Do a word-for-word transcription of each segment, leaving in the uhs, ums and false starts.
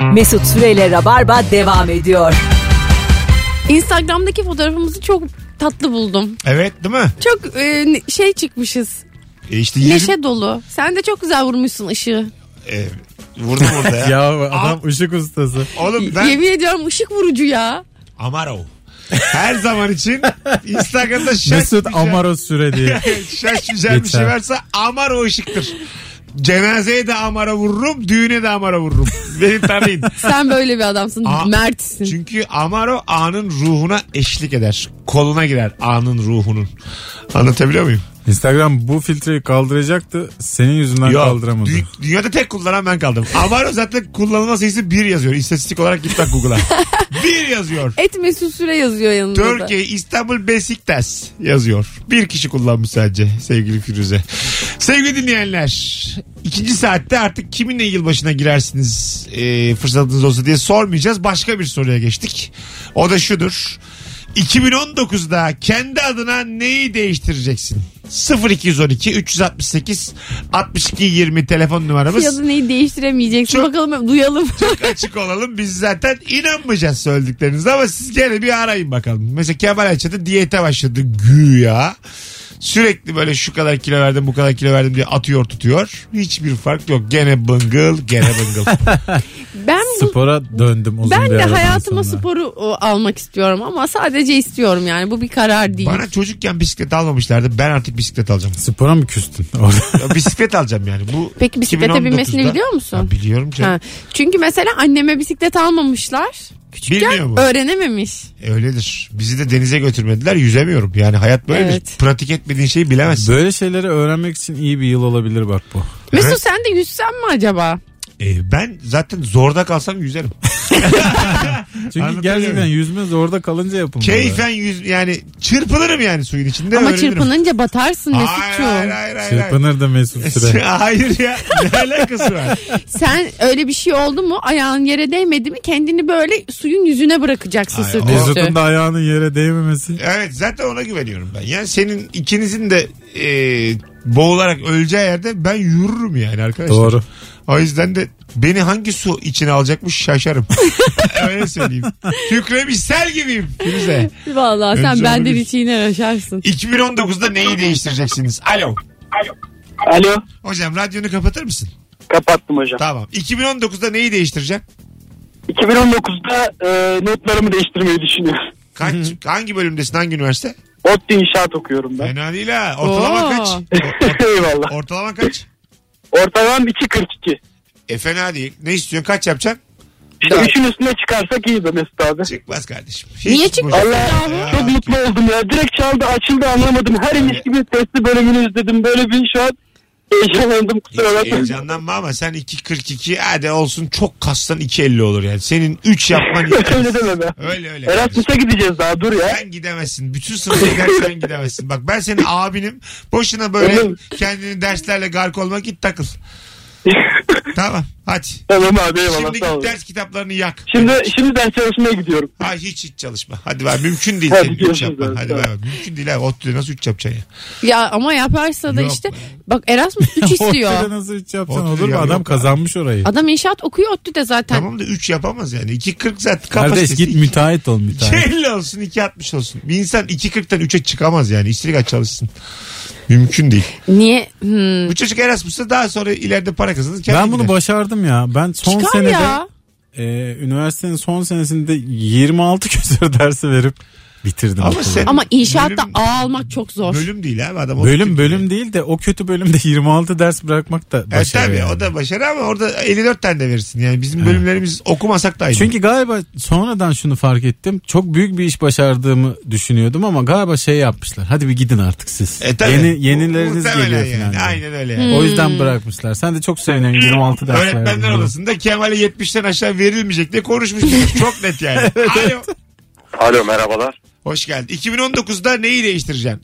Mesut Süreyle Rabarba devam ediyor. Instagram'daki fotoğrafımızı çok tatlı buldum. Evet, değil mi? Çok e, şey çıkmışız. E işte Neşe yirmi... dolu. Sen de çok güzel vurmuşsun ışığı. E, vurdum orada ya. Ya adam Aa, ışık ustası. Oğlum ben... Yemin ediyorum ışık vurucu ya. Amaro. Her zaman için Instagram'da şaş Mesut Amaro Süre diye. şaşmayacağım bir şey varsa Amaro ışıktır. Cenazeye de amara vururum, düğüne de amara vururum. Beni tanıyın. Sen böyle bir adamsın, A- mertsin. Çünkü amaro anın ruhuna eşlik eder. Koluna girer anın ruhunun. Anlatabiliyor muyum? Instagram bu filtreyi kaldıracaktı. Senin yüzünden Yok, kaldıramadı. Dü- dünyada tek kullanan ben kaldım. Amaro zaten kullanılma sayısı bir yazıyor. İstatistik olarak git bak Google'a. bir yazıyor. Et Mesut Süre yazıyor yanında da. Türkiye, İstanbul, Beşiktaş yazıyor. Bir kişi kullanmış sadece sevgili Firuze. Sevgili dinleyenler, ikinci saatte artık kiminle yılbaşına girersiniz e, fırsatınız olsa diye sormayacağız. Başka bir soruya geçtik. O da şudur. iki bin on dokuzda kendi adına neyi değiştireceksin? sıfır iki on iki üç altı sekiz altmış iki yirmi telefon numaramız. Ya da neyi değiştiremeyeceksin. Çok, bakalım duyalım. Çok açık olalım. Biz zaten inanmayacağız söylediklerinize ama siz gene bir arayın bakalım. Mesela Kemal Ayça'da diyete başladı güya. Sürekli böyle şu kadar kilo verdim bu kadar kilo verdim diye atıyor tutuyor. Hiçbir fark yok. Gene bıngıl gene bıngıl. Ben bu, Spora döndüm uzun ben bir de aradan hayatıma sonra. sporu o, almak istiyorum ama sadece istiyorum yani. Bu bir karar değil. Bana çocukken bisiklet almamışlardı. Ben artık bisiklet alacağım. Spora mı küstün? Ya bisiklet alacağım yani. Bu Peki bisiklete binmesini biliyor musun? Ya biliyorum canım. Ha. Çünkü mesela anneme bisiklet almamışlar. Küçükken öğrenememiş. E, öyledir. Bizi de denize götürmediler. Yüzemiyorum. Yani hayat böyledir. Evet. Pratik etmediğin şeyi bilemezsin. Böyle şeyleri öğrenmek için iyi bir yıl olabilir bak bu. Mesut Evet. sen de yüzsen mi acaba? E, ben zaten zorda kalsam yüzerim. Çünkü gerçekten yüzme zorda kalınca yapılmalı. Keyfen yüz yani çırpınırım yani suyun içinde. Ama öğrenirim. çırpınınca batarsın Hayır Mesut'cuğum. hayır hayır. hayır. Çırpınır da Mesut Süre. Hayır ya. Ne alakası var? Sen öyle bir şey oldu mu ayağın yere değmedi mi kendini böyle suyun yüzüne bırakacaksın Ay, sırt Mesut'un üstü. da ayağının yere değmemesi. Evet zaten ona güveniyorum ben. Yani senin ikinizin de e, boğularak öleceği yerde ben yürürüm yani arkadaşlar. Doğru. O yüzden de beni hangi su içine alacakmış şaşarım. Öyle söyleyeyim. Kükremiş sel gibiyim Firuze. Vallahi sen Önce benden onu- içine yaşarsın. iki bin on dokuzda neyi değiştireceksiniz? Alo. Alo. Hocam radyonu kapatır mısın? Kapattım hocam. Tamam. iki bin on dokuzda neyi değiştireceğim? iki bin on dokuzda e, notlarımı değiştirmeyi düşünüyorum. Kaç, hangi bölümdesin? Hangi üniversite? ODTÜ inşaat okuyorum ben. Fena değil ha. Ortalama Oo. kaç? O- Eyvallah. ortalama kaç? Ortalamam iki kırk iki. E fena değil. Ne istiyorsun? Kaç yapacaksın? İşte üçün üstüne çıkarsak iyi be Mesut abi. Çıkmaz kardeşim. Hiç Niye çıkmaz? boş- Allah Ya, çok mutlu oldum ya. Direkt çaldı açıldı anlamadım. Her ilişkimi testi bölümünü izledim. Böyle bir şu an heyecanlandım kusura Hiç bakmayın. heyecanlanma ama sen iki kırk iki hadi olsun çok kassan iki elli olur yani. Senin üç yapman Öyle deme be. Öyle öyle. Erasmus'a gideceğiz daha dur ya. Sen gidemezsin. Bütün sınıfa gidersen gidemezsin. Bak ben senin abinim. Boşuna böyle Oğlum. kendini derslerle gark olma git takıl. Tamam hadi. Tamam abi eyvallah Şimdi sağ git olun. ders kitaplarını yak. Şimdi, şimdi ders çalışmaya gidiyorum. Ha hiç hiç çalışma. Hadi ver mümkün değil Hadi senin üç görüşürüz yapman. abi, Hadi tamam. ver. Mümkün değil abi. ODTÜ'de nasıl üç yapacaksın ya? Ya ama yaparsa da Yok işte be. bak Erasmus üç istiyor. Ortada nasıl üç yapacaksın Ortada olur mu? ya, Adam yok kazanmış orayı. Adam inşaat okuyor ODTÜ'de zaten. Tamam da üç yapamaz yani. iki kırk zaten Kardeş kapasitesi. git iki- müteahhit ol müteahhit. iki elli olsun iki altmış olsun. Bir insan iki kırktan üçe çıkamaz yani. İstediği kadar çalışsın. Mümkün değil. Niye? Hmm. Bu çocuk Erasmus'ta daha sonra ileride para kazanır. kendi Ben bunu gider. başardım ya. Ben son Çıkar senede ya. e, üniversitenin son senesinde yirmi altı küsur dersi verip bitirdim. Ama okulu. sen- Ama inşaatta Bölüm- A almak çok zor. Bölüm değil abi adam. Bölüm ODTÜ bölüm gibi. değil de o kötü bölümde yirmi altı ders bırakmak da Evet, başarı. tabii yani. o da başarı ama orada elli dört tane de verirsin. Yani bizim bölümlerimiz okumasak da aynı. Çünkü galiba sonradan şunu fark ettim. Çok büyük bir iş başardığımı düşünüyordum ama galiba şey yapmışlar. Hadi bir gidin artık siz. E, tabii. Yeni yenileriniz Muhtemelen geliyor yani. falan. diye. Aynen öyle yani. O yüzden bırakmışlar. Sen de çok seviniyorsun yirmi altı ders verdin Öğretmenler diye. odasında Kemal'e yetmişten aşağı verilmeyecek diye konuşmuştuk. Çok net yani. Alo. Alo merhabalar. Hoş geldin. iki bin on dokuzda neyi değiştireceksin?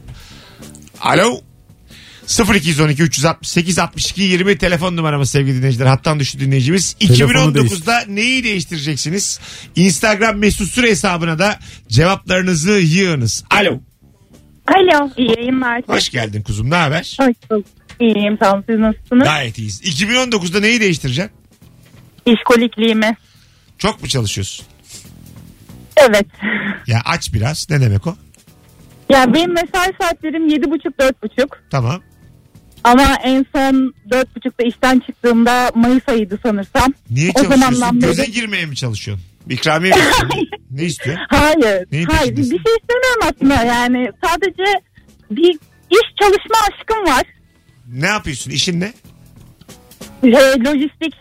Alo. sıfır iki on iki üç altı sekiz altmış iki yirmi telefon numaramız sevgili dinleyiciler. Hattan düştü dinleyicimiz. Telefonu iki bin on dokuzda neyi değiştireceksiniz? Instagram mesut süre hesabına da cevaplarınızı yığınız. Alo. Alo, iyi yayınlar. Hoş geldin kuzum. Ne haber? Hoş bulduk. İyiyim, tamam, siz nasılsınız? Gayet iyiyiz. iki bin on dokuzda neyi değiştireceksin? İşkolikliğimi. Çok mu çalışıyorsun? Evet. Ya aç biraz. Ne demek o? Ya benim mesai saatlerim yedi buçuk dört buçuk. Tamam. Ama en son dört buçukta işten çıktığımda Mayıs ayıydı sanırsam. Niye O çalışıyorsun? zamandan Göze beri- girmeye mi çalışıyorsun? İkramiye mi istiyorsun? Ne istiyorsun? Hayır. Neyin Hayır. Bir peşindesin? şey istemiyorum aslında. Yani sadece bir iş çalışma aşkım var. Ne yapıyorsun? İşin ne? Ee, lojistik.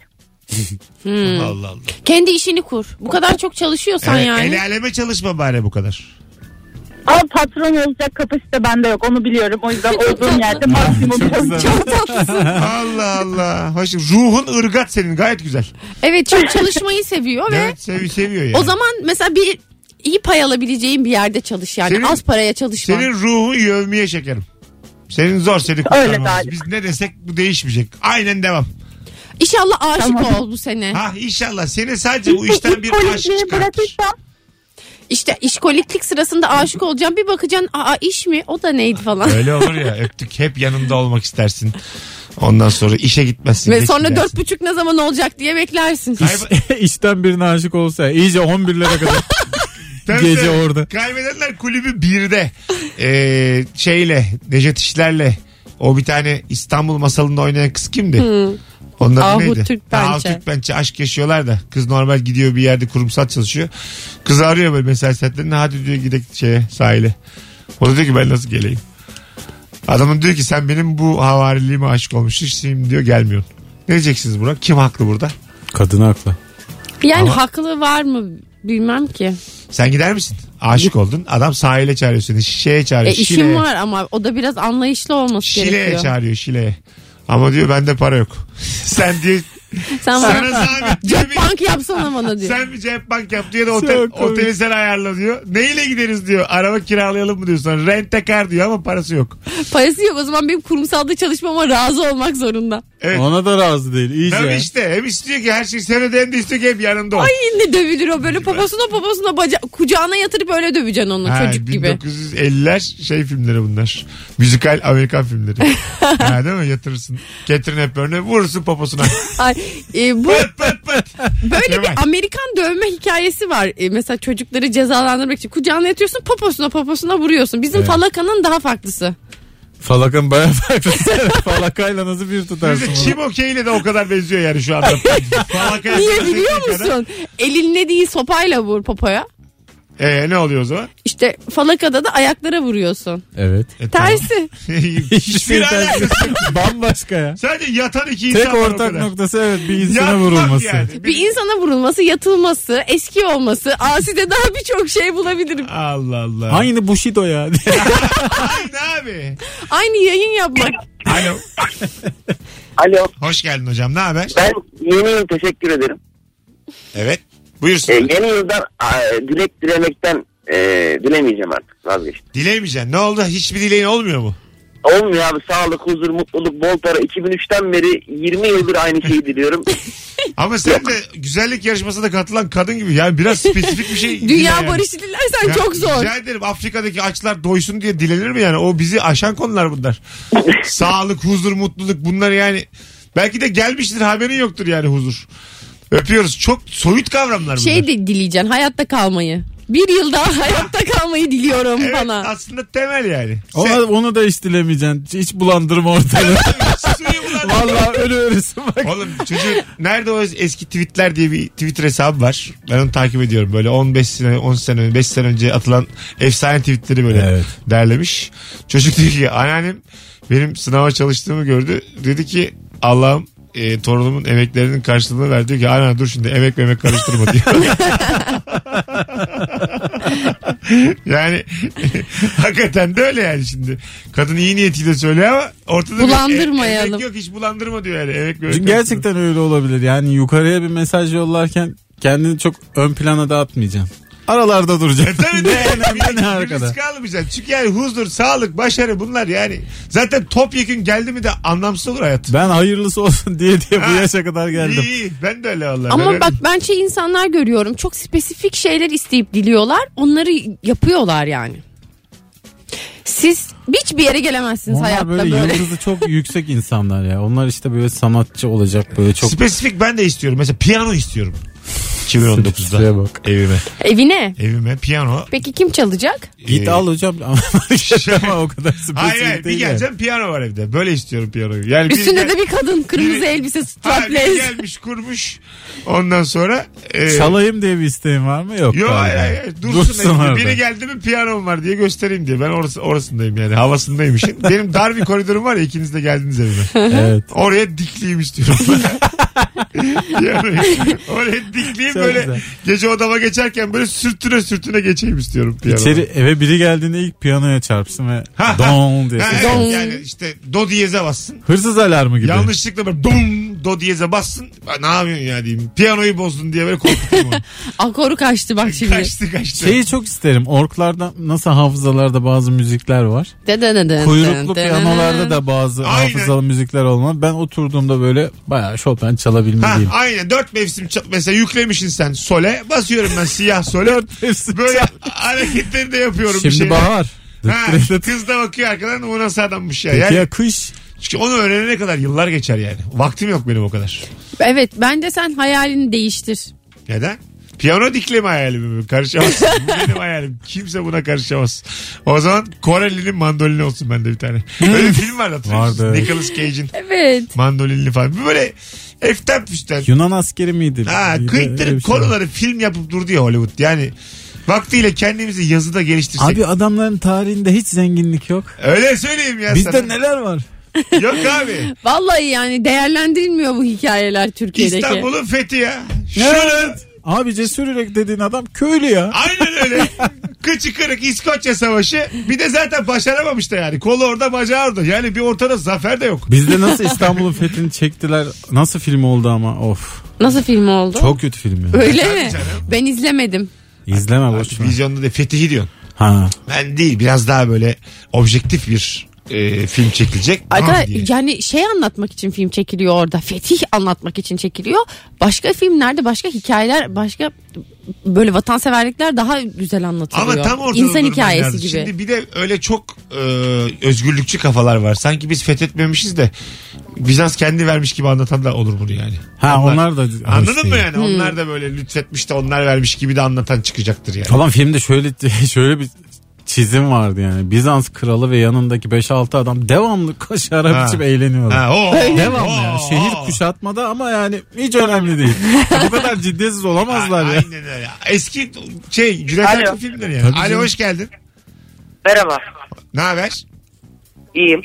Hmm. Allah Allah. Kendi işini kur. Bu kadar çok çalışıyorsan Evet, yani. el aleme çalışma bari bu kadar. Ama patron olacak kapasite bende yok. Onu biliyorum. O yüzden olduğum yerde maksimum Çok çalışıyorum. güzel. Çok tatlısın. Allah Allah. Hoş, ruhun ırgat senin gayet güzel. Evet, çok çalışmayı seviyor ve Evet sevi seviyor yani. o zaman mesela bir iyi pay alabileceğin bir yerde çalış yani. Senin- Az paraya çalışma. Senin ruhun yövmeye şekerim. Senin zor seni Öyle kurtarmamız. galiba. Biz ne desek bu değişmeyecek. Aynen devam. İnşallah aşık Tamam. ol bu sene. Ha inşallah seni sadece bu işten bir aşk İşkolikliği çıkartır. bırakırsam İşte işkoliklik sırasında aşık olacaksın. Bir bakacaksın, aa iş mi? O da neydi falan. Öyle olur ya, öptük hep yanında olmak istersin. Ondan sonra işe gitmezsin. Ve geç sonra gidersin. dört buçuk ne zaman olacak diye beklersin. Kayb- İşten birine aşık olsa iyice on birlere kadar Tabii gece tabii. orada. Kaybedenler kulübü birde ee, şeyle Necdet İşler'le o bir tane İstanbul masalında oynayan kız kimdi? Onlar Ahu neydi? Türkbençe. Ha, Ahu Türkbençe aşk yaşıyorlar da kız normal gidiyor bir yerde kurumsal çalışıyor. Kız arıyor böyle mesai saatlerinde, hadi diyor gidelim şeye sahile. O da diyor ki ben nasıl geleyim? Adamın diyor ki sen benim bu havariliğime aşık olmuşsun şimdi diyor gelmiyorsun. Ne diyeceksiniz buna? Kim haklı burada? Kadın haklı. Yani Ama- haklı var mı bilmem ki. Sen gider misin? Aşık oldun. Adam sahile çağırıyor seni. Şişeye çağırıyor. E, işim Şile'ye. var ama o da biraz anlayışlı olması Şile'ye gerekiyor. çağırıyor Şile'ye. Ama diyor bende para yok. Sen diyor Sen sana bana zahmet diyor. cep bank yapsana bana diyor. Sen bir cep bank yap diyor da otel, Çok komik. oteli sen ayarla diyor. Neyle gideriz diyor. Araba kiralayalım mı diyor sonra. Rent-a-car diyor ama parası yok. Parası yok, o zaman benim kurumsalda çalışmama razı olmak zorunda. Evet. Ona da razı değil. İyice. Tabii işte hem istiyor ki her şey sen ödeyen de istiyor ki hep yanında ol. Ay ne dövülür o böyle poposuna poposuna baca kucağına yatırıp öyle döveceksin onu Ha, çocuk gibi. bin dokuz yüz elliler şey filmleri bunlar. Müzikal Amerikan filmleri. Ha, değil mi? Yatırırsın. Catherine Hepburn'e vurursun poposuna. Ay, e, bu Pıt pıt pıt. böyle Kemal. bir Amerikan dövme hikayesi var. E, mesela çocukları cezalandırmak için kucağına yatıyorsun, poposuna poposuna vuruyorsun. Bizim Evet. falakanın daha farklısı. Falakan bayağı farklı. Falakayla nasıl bir tutarsın Bize bunu? çim okeyiyle de o kadar benziyor yani şu anda. Falakaya Niye benzettiği biliyor kadar. musun? Elinle değil sopayla vur popoya. Ee, ne oluyor o zaman? İşte falakada da ayaklara vuruyorsun. Evet. E, tamam. Tersi. Hiçbir şey alakası yok. Bambaşka ya. Sadece yatan iki insan Tek var o ortak kadar. noktası evet bir insana Yatmak vurulması. yani. Bir insana vurulması, yatılması, eski olması, aside daha birçok şey bulabilirim. Allah Allah. Aynı Bushido ya. Aynı abi. Aynı yayın yapmak. Alo. Alo, Hoş geldin hocam. Ne haber? ben yeni yıl teşekkür ederim. Evet. Buyursun. Ee, yeni yıldan e, dilek dilemekten e, dilemeyeceğim artık, vazgeçtim. Dileyemeyeceksin. Ne oldu? Hiçbir dileğin olmuyor mu? Olmuyor abi, sağlık, huzur, mutluluk, bol para. iki bin üçten beri yirmi yıldır aynı şeyi diliyorum. Ama sen de güzellik yarışmasına katılan kadın gibi. Yani biraz spesifik bir şey. dile Dünya yani. barışı dilersen Ya, çok zor. Rica ederim. Afrika'daki açlar doysun diye dilenir mi yani? O bizi aşan konular bunlar. Sağlık, huzur, mutluluk bunlar yani. Belki de gelmiştir haberin yoktur yani huzur. Öpüyoruz. Çok soyut kavramlar bunlar. Şey de dileyeceksin, hayatta kalmayı. Bir yıl daha hayatta kalmayı diliyorum Evet bana. aslında temel yani. Ona, Sen- onu da hiç dilemeyeceksin. Hiç bulandırma ortalığı. Suyu bulan- Vallahi ölü ölüsün bak. Oğlum çocuğun nerede o eski tweetler diye bir Twitter hesabı var. Ben onu takip ediyorum. Böyle on beş sene on sene beş sene önce atılan efsane tweetleri böyle Evet. derlemiş. Çocuk diyor ki anneannem benim sınava çalıştığımı gördü. Dedi ki Allah'ım e, torunumun emeklerinin karşılığını ver. Diyor ki anneanne dur şimdi emek memek karıştırma diyor. Yani hakikaten de öyle yani şimdi. Kadın iyi niyetiyle söylüyor ama ortada bir Bulandırmayalım. emek yok hiç bulandırma diyor yani. Emek memek Çünkü gerçekten öyle olabilir. Yani yukarıya bir mesaj yollarken kendini çok ön plana da atmayacaksın. Aralarda E duracaksın. tabii ne de önemli ne bir arkada. risk almayacaksın. Çünkü yani huzur, sağlık, başarı bunlar yani. Zaten topyekun geldi mi de anlamsız olur hayat. Ben hayırlısı olsun diye diye bu Ha, yaşa kadar geldim. İyi iyi. Ben de öyle vallahi. Ama Ben bak öyle- ben şey insanlar görüyorum. Çok spesifik şeyler isteyip diliyorlar. Onları yapıyorlar yani. Siz hiçbir yere gelemezsiniz Onlar hayatta böyle, böyle. yıldızı çok yüksek insanlar ya. Onlar işte böyle sanatçı olacak böyle çok. Spesifik ben de istiyorum. Mesela piyano istiyorum. iki bin on dokuzda Şuraya bak. evime. Evine. Evime piyano. Peki kim çalacak? Git Ee, al hocam. Ama o kadar spesifik Hayır hayır bir değil yani. geleceğim piyano var evde. Böyle istiyorum piyanoyu. Yani biri Üstünde gel- de bir kadın kırmızı biri- elbise Ha, biri strapless. gelmiş kurmuş. Ondan sonra. E, Çalayım diye bir isteğin var mı? Yok. Yok galiba. hayır hayır. hayır. Dursun, Dursun evde. orada. Biri geldi mi piyanom var diye göstereyim diye. Ben orası, orasındayım yani. Havasındayım işin. Benim dar bir koridorum var ya, ikiniz de geldiniz evime. Evet. Oraya dikleyeyim istiyorum. Piyanoyu. Oraya dikleyeyim Çok böyle güzel. gece odama geçerken böyle sürtüne sürtüne geçeyim istiyorum piyanoyu. İçeri eve biri geldiğinde ilk piyanoya çarpsın ve Ha, ha. don diye. Ha, ses. evet, Don. yani işte do diyeze bassın. Hırsız alarmı gibi. Yanlışlıkla böyle dum do diyeze bassın. Ne yapıyorsun ya diyeyim. Piyanoyu bozdun diye böyle korkutayım onu. Akoru kaçtı bak şimdi. Kaçtı kaçtı. Şeyi çok isterim. Orklarda nasıl hafızalarda bazı müzikler var. Kuyruklu piyanolarda da bazı Aynen. hafızalı müzikler olmalı. Ben oturduğumda böyle bayağı Chopin Ha, çalabilmeliyim. aynen dört mevsim çal- mesela yüklemişsin sen sole, basıyorum ben siyah sole, Hepsi böyle çal- hareketleri de yapıyorum bir Şimdi şey. bahar. Ha, kız da bakıyor arkadan, o nasıl adammış ya. Peki Yani, ya kış? çünkü onu öğrenene kadar yıllar geçer yani. Vaktim yok benim o kadar. Evet bence sen hayalini değiştir. Neden? Piyano dikleme hayalim. Karışamaz. Bu benim hayalim. Kimse buna karışamaz. O zaman Koreli'nin mandolini olsun bende bir tane. Öyle bir film vardı hatırlıyor musun? Vardı. Nicolas Cage'in Evet. mandolinli falan. Böyle eften püsten. Yunan askeri miydi? Ha, Bir de kıyıkları öyle bir şey var. konuları film yapıp durdu ya Hollywood. Yani vaktiyle kendimizi yazıda geliştirsek. Abi adamların tarihinde hiç zenginlik yok. Öyle söyleyeyim ya Bizde sana. neler var? Yok abi. Vallahi yani değerlendirilmiyor bu hikayeler Türkiye'deki. İstanbul'un fethi ya. Şunun. Evet. Abi Cesur Yürek dediğin adam köylü ya. Aynen öyle. Kıçı kırık İskoçya Savaşı. Bir de zaten başaramamış da yani. Kolu orada, bacağı orada. Yani bir ortada zafer de yok. Bizde nasıl İstanbul'un fethini çektiler? Nasıl film oldu ama of. Nasıl film oldu? Çok kötü film ya. Öyle Tabii mi? canım. Ben izlemedim. İzleme boş ver. Vizyonda da Fethi'yi diyorsun. Ha. Ben değil, biraz daha böyle objektif bir e, film çekilecek. Arkadaş, Ah diye. yani şey anlatmak için film çekiliyor orada. Fetih anlatmak için çekiliyor. Başka filmlerde başka hikayeler, başka böyle vatanseverlikler daha güzel anlatılıyor. Ama tam ortada İnsan durman hikayesi lazım. gibi. Şimdi bir de öyle çok e, özgürlükçü kafalar var. Sanki biz fethetmemişiz de Bizans kendi vermiş gibi anlatan da olur bunu yani. Ha onlar, da Anladın hoş mı değil. yani? Onlar da böyle lütfetmiş de onlar vermiş gibi de anlatan çıkacaktır yani. Ulan filmde şöyle şöyle bir çizim vardı yani. Bizans kralı ve yanındaki beş altı adam devamlı koşarak Ha. biçim eğleniyorlar. Ha, o, Devamlı o, ya. o, Şehir o. kuşatmada ama yani hiç önemli değil. Ya bu kadar ciddiyetsiz olamazlar ya. Aynen öyle. Eski şey Cüneyt Alo. Arkın filmleri yani. Tabii Alo canım. hoş geldin. Merhaba. Ne haber? İyiyim.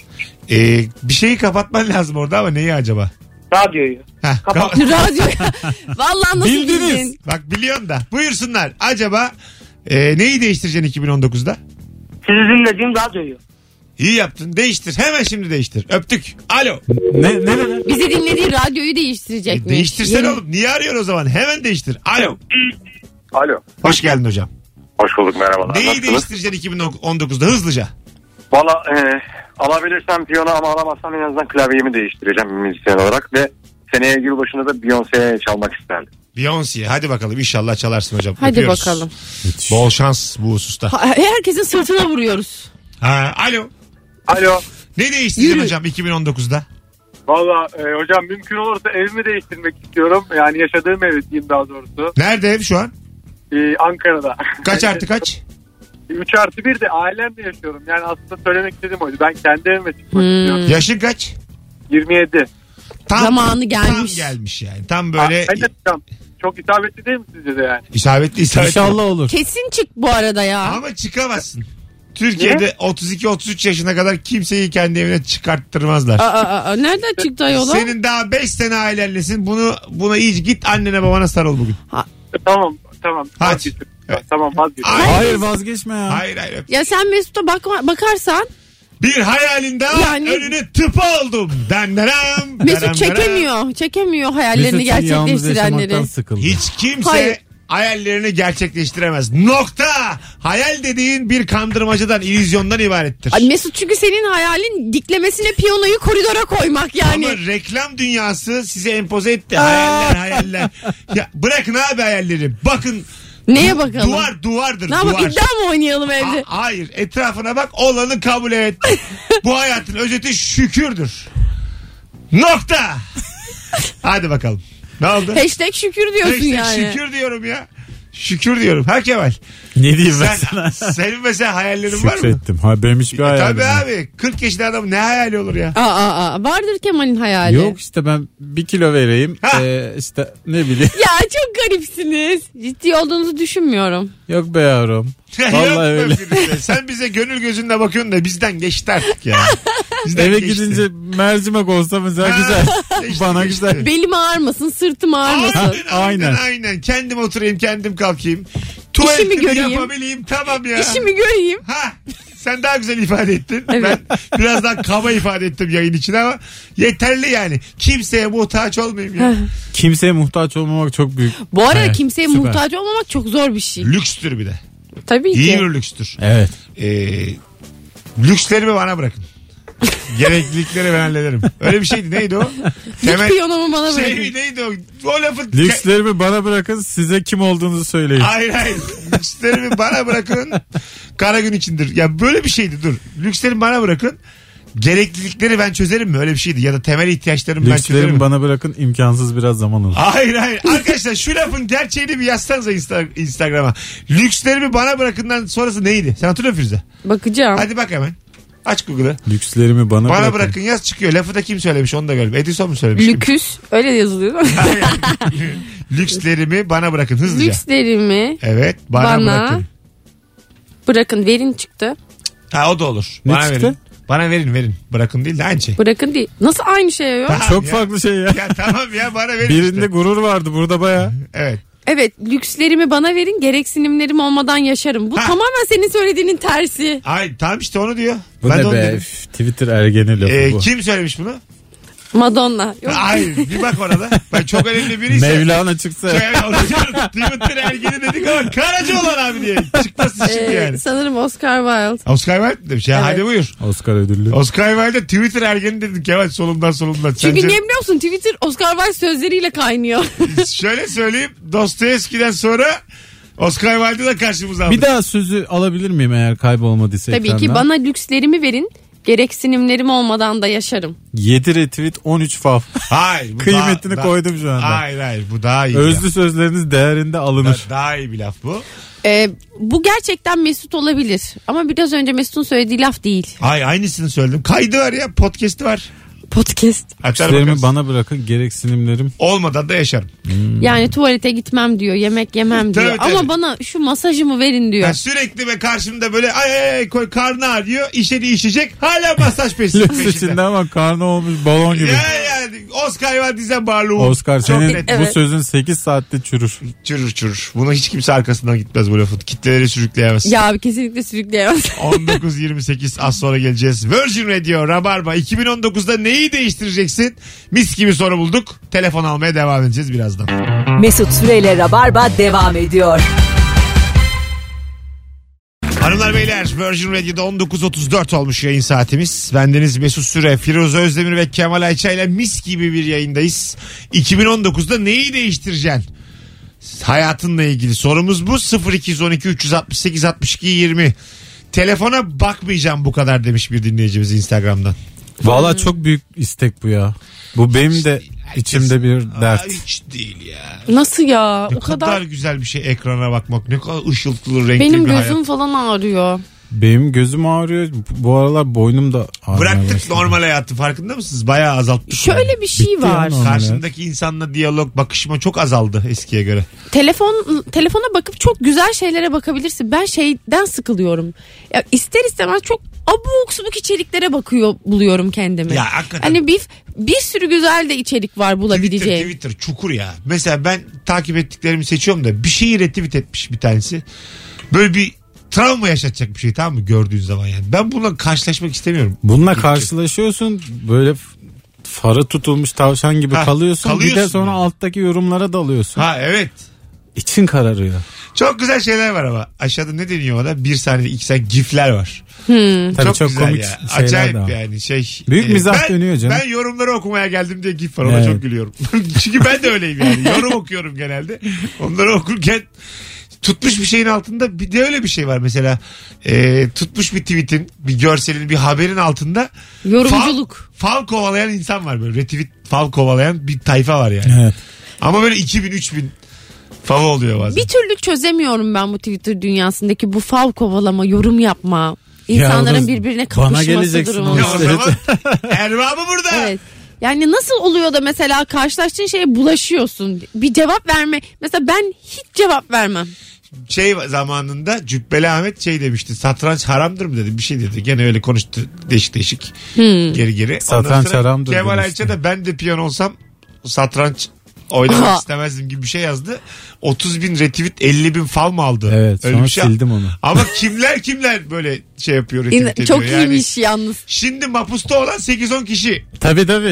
Ee, bir şeyi kapatman lazım orada ama neyi acaba? Radyoyu. Heh, Kapat. kapa- Radyo. Vallahi nasıl Bildiniz. bildin? Bak biliyorsun da. Buyursunlar. Acaba e, neyi değiştireceksin iki bin on dokuzda? Sizi dinlediğim radyoyu. İyi yaptın. Değiştir. Hemen şimdi değiştir. Öptük. Alo. Ne ne ne? Bizi dinlediği radyoyu E, değiştirecekmiş. değiştirsene Yeni- oğlum. Niye arıyorsun o zaman? Hemen değiştir. Alo. Alo. Hoş geldin hocam. Hoş bulduk, merhabalar. Neyi Nasılsınız? değiştireceksin iki bin on dokuzda hızlıca? Valla e, alabilirsem piyano ama alamazsam en azından klavyemi değiştireceğim bir müzisyen olarak ve seneye yılbaşında da Beyoncé'ye çalmak isterdim. Beyoncé. Hadi bakalım. İnşallah çalarsın hocam. Hadi Öpüyoruz. bakalım. Bol şans bu hususta. Ha- Herkesin sırtına vuruyoruz. Ha, alo. Alo. Ne değiştireceksin Yürü. hocam iki bin on dokuzda? Valla e, hocam mümkün olursa evimi değiştirmek istiyorum. Yani yaşadığım ev diyeyim daha doğrusu. Nerede ev şu an? E, Ankara'da. Kaç artı kaç? üç artı bir de ailemle yaşıyorum. Yani aslında söylemek istediğim oydu. Ben kendi evime çıkmak Hmm. istiyorum. Yaşın kaç? yirmi yedi. Tam, Zamanı gelmiş. Tam gelmiş yani. Tam böyle Ben de çıkacağım. Çok isabetli değil mi sizce de yani? isabetli isabetli. İnşallah olur. Kesin çık bu arada ya. Ama çıkamazsın. Türkiye'de otuz iki otuz üç yaşına kadar kimseyi kendi evine çıkarttırmazlar. Aa, aa, aa, nereden çıktı ayola? Senin daha beş sene ailenlesin. Bunu buna iyice git annene babana sarıl bugün. E, tamam tamam. Hadi. Vazgeçtim. Evet. Tamam vazgeçtim. Ay- Hayır vazgeçme ya. Hayır hayır. Ya sen Mesut'a bakma, bakarsan Bir hayalin daha Yani- önüne tıpa oldum. Den denem, denem, Mesut denem. çekemiyor. Çekemiyor hayallerini Mesut yalnız gerçekleştirenleri. yaşamaktan sıkıldı. Hiç kimse Hayır. hayallerini gerçekleştiremez. Nokta. Hayal dediğin bir kandırmacadan, illüzyondan ibarettir. Ay Mesut çünkü senin hayalin diklemesine piyanoyu koridora koymak yani. Ama reklam dünyası size empoze etti. Hayaller hayaller. Ya bırakın abi hayalleri. Bakın Neye bakalım? Duvar duvardır Ne yapalım, duvar. iddia mı oynayalım evde? A- hayır etrafına bak, olanı kabul et. Bu hayatın özeti şükürdür. Nokta. Hadi bakalım. Ne oldu? Hashtag şükür diyorsun Hashtag yani. şükür diyorum ya. Şükür diyorum. Ha Kemal. Ne diyeyim ben Sen, sana? senin mesela hayallerin var mı? Şükrettim. Ha, benim hiçbir E, hayalim tabii yok. abi. kırk yaşında adam ne hayali olur ya? Aa, aa, aa. Vardır Kemal'in hayali. Yok işte ben bir kilo vereyim. Ha. Ee, işte ne bileyim. Ya çok garipsiniz. Ciddi olduğunuzu düşünmüyorum. Yok be yavrum. Yok Vallahi be öyle. Firuze. Sen bize gönül gözünle bakıyorsun da bizden geçti artık ya. Bizden Eve geçti. gidince mercimek olsa mesela Ha, güzel. geçti, Bana geçti. güzel. Belim ağrımasın, sırtım ağrımasın. Aynen, aynen, Aynen. aynen. Kendim oturayım, kendim kalkayım. Tuvaletimi göreyim. yapabileyim, tamam ya. İşimi göreyim. Ha, sen daha güzel ifade ettin. Evet. Ben biraz daha kaba ifade ettim yayın için ama yeterli yani. Kimseye muhtaç olmayayım ya. Kimseye muhtaç olmamak çok büyük. Bu arada Evet, kimseye süper. muhtaç olmamak çok zor bir şey. Lükstür bir de. Tabii İyi ki. bir lükstür. Evet. Ee, lükslerimi bana bırakın. Gereklilikleri ben hallederim. Öyle bir şeydi. Neydi o? Lüks piyonumu bana şey bırakın. mi, neydi o? O lafı... Lükslerimi bana bırakın, size kim olduğunuzu söyleyin. Hayır hayır. Lükslerimi bana bırakın. Kara gün içindir. Ya böyle bir şeydi, dur. Lükslerimi bana bırakın. Gereklilikleri ben çözerim mi? Öyle bir şeydi. Ya da temel ihtiyaçlarımı ben çözerim Lükslerimi mi? bana bırakın, imkansız biraz zaman olur. Hayır hayır. Arkadaşlar şu lafın gerçeğini bir yazsanıza Insta- Instagram'a. Lükslerimi bana bırakından sonrası neydi? Sen hatırlıyor musun Firuze? Bakacağım. Hadi bak hemen. Aç Google'ı. Lükslerimi bana, Bana bırakın. bırakın yaz, çıkıyor. Lafı da kim söylemiş onu da görelim. Edison mu söylemiş? Kim? Lüküs. Öyle yazılıyor değil mi? Hayır, hayır. Lükslerimi bana bırakın hızlıca. Lükslerimi Evet bana, Bana- bırakın. bırakın, verin çıktı. Ha o da olur. Ne Bana çıktı? verin. Bana verin verin. Bırakın değil de aynı şey. Bırakın değil. Nasıl aynı şey ya? Tamam Çok ya. farklı şey ya. Ya tamam ya bana verin Birinde işte. gurur vardı, burada baya. Evet. Evet, lükslerimi bana verin, gereksinimlerim olmadan yaşarım. Bu Ha. tamamen senin söylediğinin tersi. Ay tamam işte onu diyor. Bu ben de ne onu be? dedim. Üf, Twitter ergeni lafı Ee, bu. kim söylemiş bunu? Madonna. Yok. Hayır bir bak orada. Ben çok önemli biriyse. Mevlana çıksa. Evet, onu diyorum. Twitter ergeni dedik ama Karaca olan abi diye. Çıkmasın şimdi Ee, yani. Sanırım Oscar Wilde. Oscar Wilde demiş. Ya Evet. hadi buyur. Oscar ödüllü. Oscar Wilde Twitter ergeni dedik. Kemal solumdan solumdan. Çünkü Sence- niye biliyor musun? Twitter Oscar Wilde sözleriyle kaynıyor. Şöyle söyleyeyim. Dostoyevski'den sonra Oscar Wilde'ı da karşımıza aldık. Bir daha sözü alabilir miyim eğer kaybolmadıysa Tabii ekrandan? ki bana lükslerimi verin. Gereksinimlerim olmadan da yaşarım. yedi retweet on üç fav. Hayır. bu Kıymetini daha- koydum şu anda. Hayır hayır bu daha iyi. bir laf. Özlü sözleriniz değerinde alınır. Da- Daha iyi bir laf bu. Ee, bu gerçekten Mesut olabilir. Ama biraz önce Mesut'un söylediği laf değil. Ay aynısını söyledim. Kaydı var ya, podcast'i var. Podcast. Açar Lükslerimi bakarız. bana bırakın, gereksinimlerim. Olmadan da yaşarım. Yani tuvalete gitmem diyor, yemek yemem diyor. Tabii, tabii. Ama bana şu masajımı verin diyor. Ben sürekli ve karşımda böyle ay ay ay koy karnı ağrıyor. İşe değişecek. Hala masaj peşinde. Lüks içinde ama karnı olmuş balon gibi. Ya yani Oscar var dizen bağlı. Oscar senin net. bu Evet. sözün sekiz saatte çürür. Çürür çürür. Buna hiç kimse arkasından gitmez bu lafın. Kitleleri sürükleyemez. Ya abi kesinlikle sürükleyemez. on dokuz yirmi sekiz az sonra geleceğiz. Virgin Radio Rabarba iki bin on dokuzda neyi değiştireceksin? Mis gibi soru bulduk. Telefon almaya devam edeceğiz birazdan. Mesut Süreyle Rabarba devam ediyor. Hanımlar beyler Virgin Radio'da on dokuz otuz dört olmuş yayın saatimiz. Bendeniz Mesut Süre, Firuze Özdemir ve Kemal Ayça ile mis gibi bir yayındayız. iki bin on dokuzda neyi değiştireceksin? Hayatınla ilgili sorumuz bu. sıfır iki on iki üç altı sekiz altmış iki yirmi. Telefona bakmayacağım bu kadar demiş bir dinleyicimiz Instagram'dan. Valla çok büyük istek bu ya. Bu benim de içimde bir dert. Aa, hiç değil ya. Nasıl ya? Ne O kadar, kadar. güzel bir şey ekrana bakmak. Ne kadar ışıltılı renkli Benim bir gözüm hayat. falan ağrıyor. Benim gözüm ağrıyor. Bu aralar boynum da ağrıyor. Bıraktık normal hayatı, farkında mısınız? Bayağı azalttık. Şöyle bir şey Bitti ya var. normal. Karşındaki insanla diyalog, bakışma çok azaldı eskiye göre. Telefon telefona bakıp çok güzel şeylere bakabilirsin. Ben şeyden sıkılıyorum. Ya ister istemez çok abuk subuk içeriklere bakıyor buluyorum kendimi. Ya hakikaten. Hani bir bir sürü güzel de içerik var Twitter, bulabileceğim. Twitter çukur ya. Mesela ben takip ettiklerimi seçiyorum da bir şeyi retweet etmiş bir tanesi. Böyle bir travma yaşatacak bir şey, tamam mı, gördüğün zaman yani. Ben bununla karşılaşmak istemiyorum. Bununla karşılaşıyorsun böyle f- farı tutulmuş tavşan gibi Ha, kalıyorsun. Bir kalıyorsun de sonra yani. alttaki yorumlara dalıyorsun. Ha evet. İçin kararıyor. Çok güzel şeyler var ama. Aşağıda ne deniyor ona? Bir saniye iki saniye gifler var. Tabii çok, güzel komik ya. şeyler Acayip de var. yani şey. Büyük mizah ben, dönüyor canım. Ben yorumları okumaya geldim diye gif var, ona Evet. çok gülüyorum. Çünkü ben de öyleyim yani. Yorum okuyorum genelde. Onları okurken tutmuş bir şeyin altında bir de öyle bir şey var mesela. E, tutmuş bir tweetin, bir görselin, bir haberin altında yorumculuk. Fal, fal kovalayan insan var böyle. Retweet fal kovalayan bir tayfa var yani. Evet. Ama böyle iki bin üç bin fav oluyor bazen. Bir türlü çözemiyorum ben bu Twitter dünyasındaki bu fav kovalama, yorum yapma, insanların birbirine kapışması durumu. Ya o zaman erbabı burada. Evet. Yani nasıl oluyor da mesela karşılaştığın şeye bulaşıyorsun? Bir cevap verme. Mesela ben hiç cevap vermem. Şey zamanında Cübbeli Ahmet şey demişti. Satranç haramdır mı dedi. Bir şey dedi. Gene öyle konuştu değişik değişik. Hmm. Geri geri. Satranç haramdır Kemal demişti. Ayça da ben de piyon olsam satranç oynamak Aha. istemezdim gibi bir şey yazdı. otuz bin retweet elli bin fav mı aldı? Evet, öyle sonra bir şey. sildim onu. Ama kimler kimler böyle şey yapıyor, retweet ediyor. Çok yani, iyiymiş yalnız. Şimdi mapusta olan sekiz on kişi. Tabii tabii.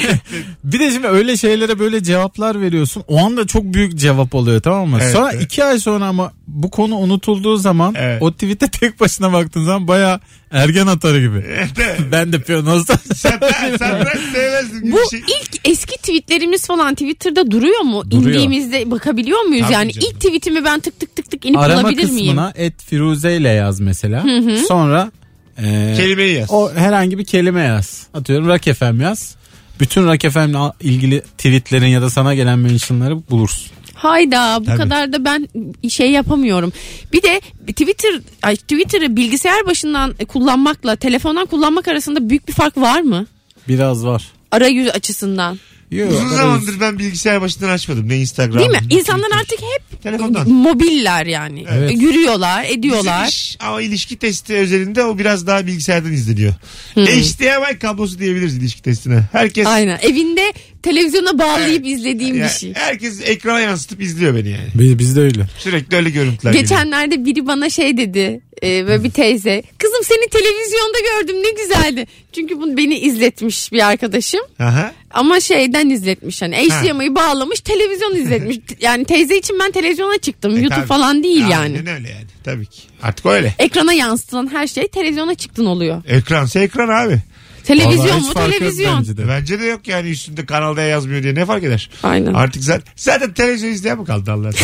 Bir de şimdi öyle şeylere böyle cevaplar veriyorsun. O anda çok büyük cevap oluyor, tamam mı? Evet, sonra evet. iki ay sonra ama bu konu unutulduğu zaman evet. o tweet'e tek başına baktığın zaman bayağı ergen atarı gibi. Evet, evet. Ben de piyon olsam. Satranç sevmezdim gibi bu şey. ilk eski tweetlerimiz falan Twitter'da duruyor mu? Duruyor. İndiğimizde bakabiliyor muyuz? Tabii yani canım. İlk tweetimi ben tık tık tık tık inip arama bulabilir miyim? Arama kısmına et Firuze ile yaz mesela. Hı hı. Sonra e, kelimeyi yaz. O herhangi bir kelime yaz. Atıyorum Rock F M yaz. Bütün Rock F M'le ilgili tweetlerin ya da sana gelen mentionları bulursun. Hayda bu Tabii. kadar da ben şey yapamıyorum. Bir de Twitter ay, Twitter'ı bilgisayar başından kullanmakla telefondan kullanmak arasında büyük bir fark var mı? Biraz var. Arayüz açısından. Yok, uzun arayüz. Zamandır ben bilgisayar başından açmadım. Ne Instagram. Değil mi? İnsanlar artık hep telefondan. Mobiller yani. Evet. Yürüyorlar, ediyorlar. Iş, ama ilişki testi özelinde o biraz daha bilgisayardan izleniyor. Hmm. H D M I kablosu diyebiliriz ilişki testine. Herkes. Aynen. Evinde televizyona bağlayıp evet. izlediğim yani, bir şey. Herkes ekrana yansıtıp izliyor beni yani. Biz, biz de öyle. Sürekli öyle görüntüler Geçenlerde geliyor. biri bana şey dedi. E, böyle bir teyze. Kızım seni televizyonda gördüm ne güzeldi. Çünkü bunu beni izletmiş bir arkadaşım. Aha. Ama şeyden izletmiş hani H D M I'yi bağlamış televizyon izletmiş. Yani teyze için ben televizyona çıktım. E, YouTube tabii. falan değil ya, yani. Aynen öyle yani. Tabii ki. Artık öyle. Ekrana yansıtılan her şey televizyona çıktın oluyor. Ekransa ekran abi. Televizyon mu televizyon? Bence de. bence de yok yani üstünde kanalda yazmıyor diye ne fark eder? Aynen. Artık zaten, zaten televizyon izleyen mi kaldı Allah'ın